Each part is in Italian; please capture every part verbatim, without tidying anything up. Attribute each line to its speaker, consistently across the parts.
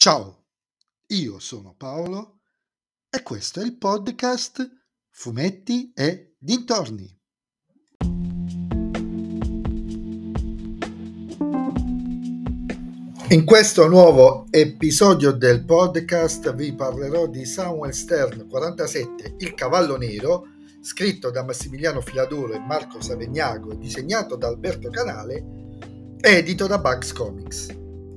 Speaker 1: Ciao, io sono Paolo e questo è il podcast Fumetti e Dintorni. In questo nuovo episodio del podcast vi parlerò di Samuel Stern quarantasette, Il cavallo nero, scritto da Massimiliano Filadoro e Marco Savegnago e disegnato da Alberto Canale e edito da Bugs Comics.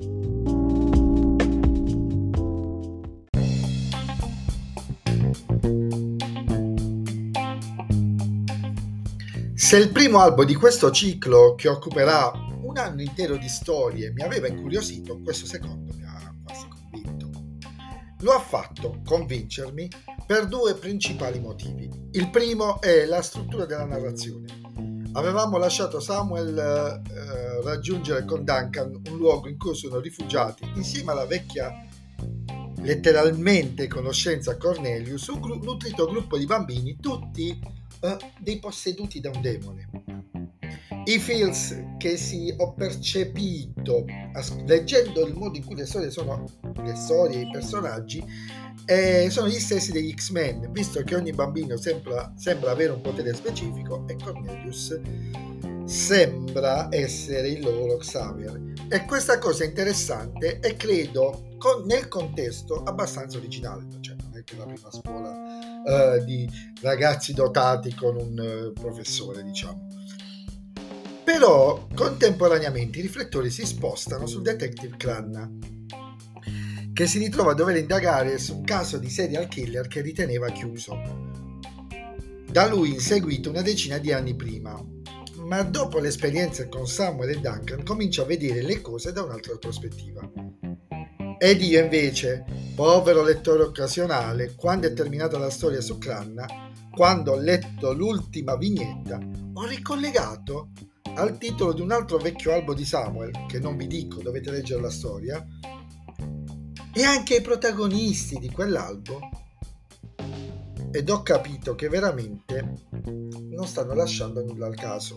Speaker 1: Se il primo albo di questo ciclo, che occuperà un anno intero di storie, mi aveva incuriosito, questo secondo mi ha quasi convinto. Lo ha fatto convincermi per due principali motivi. Il primo è la struttura della narrazione. Avevamo lasciato Samuel eh, raggiungere con Duncan un luogo in cui sono rifugiati insieme alla vecchia, letteralmente conoscenza Cornelius, un gru- nutrito gruppo di bambini, tutti Uh, dei posseduti da un demone. I feels che si ho percepito as- leggendo il modo in cui le storie sono le storie e i personaggi eh, sono gli stessi degli X-Men, visto che ogni bambino sembra, sembra avere un potere specifico e Cornelius sembra essere il loro Xavier, e questa cosa è interessante e credo con, nel contesto abbastanza originale, cioè non è che la prima scuola Uh, di ragazzi dotati con un uh, professore, diciamo. Però contemporaneamente i riflettori si spostano sul detective Cranna, che si ritrova a dover indagare su un caso di serial killer che riteneva chiuso, da lui inseguito una decina di anni prima, ma dopo l'esperienza con Samuel e Duncan comincia a vedere le cose da un'altra prospettiva. Ed io invece, povero lettore occasionale, quando è terminata la storia su Cranna, quando ho letto l'ultima vignetta, ho ricollegato al titolo di un altro vecchio albo di Samuel, che non vi dico, dovete leggere la storia, e anche i protagonisti di quell'albo, ed ho capito che veramente non stanno lasciando nulla al caso.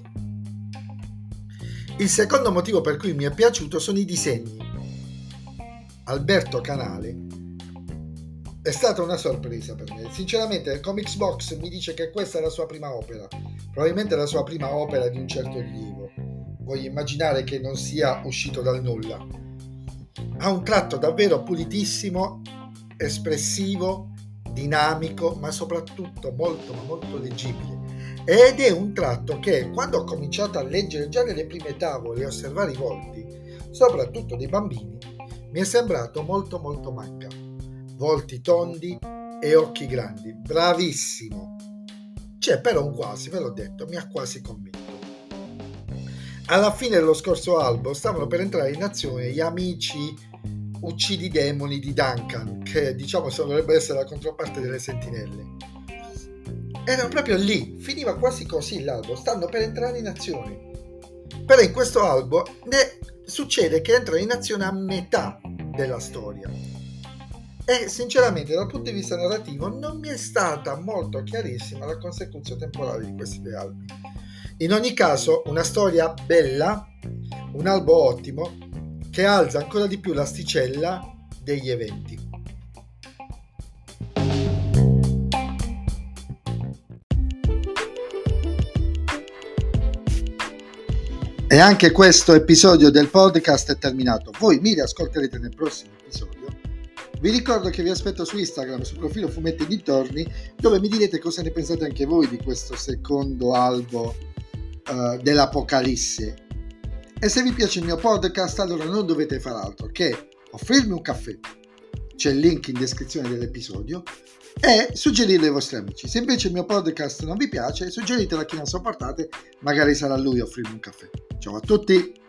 Speaker 1: Il secondo motivo per cui mi è piaciuto sono i disegni. Alberto Canale è stata una sorpresa per me. Sinceramente, Comics Box mi dice che questa è la sua prima opera, probabilmente la sua prima opera di un certo rilievo. Voglio immaginare che non sia uscito dal nulla. Ha un tratto davvero pulitissimo, espressivo, dinamico, ma soprattutto molto, ma molto leggibile. Ed è un tratto che, quando ho cominciato a leggere già nelle prime tavole e osservare i volti, soprattutto dei bambini, mi è sembrato molto molto manga. Volti tondi e occhi grandi. Bravissimo. C'è però un quasi, ve l'ho detto, mi ha quasi convinto. Alla fine dello scorso albo stavano per entrare in azione gli amici uccidi demoni di Duncan, che diciamo dovrebbe essere la controparte delle sentinelle. Erano proprio lì, finiva quasi così l'albo, stanno per entrare in azione. Però in questo albo ne succede che entrano in azione a metà della storia e sinceramente dal punto di vista narrativo non mi è stata molto chiarissima la consecuzione temporale di questi due albi. In ogni caso una storia bella, un albo ottimo che alza ancora di più l'asticella degli eventi. E anche questo episodio del podcast è terminato. Voi mi riascolterete nel prossimo episodio. Vi ricordo che vi aspetto su Instagram, sul profilo Fumetti Dintorni, dove mi direte cosa ne pensate anche voi di questo secondo albo uh, dell'Apocalisse. E se vi piace il mio podcast, allora non dovete fare altro che offrirmi un caffè, c'è il link in descrizione dell'episodio, e suggerirlo ai vostri amici. Se invece il mio podcast non vi piace, suggeritelo a chi non sopportate, magari sarà lui a offrirmi un caffè. Ciao a tutti!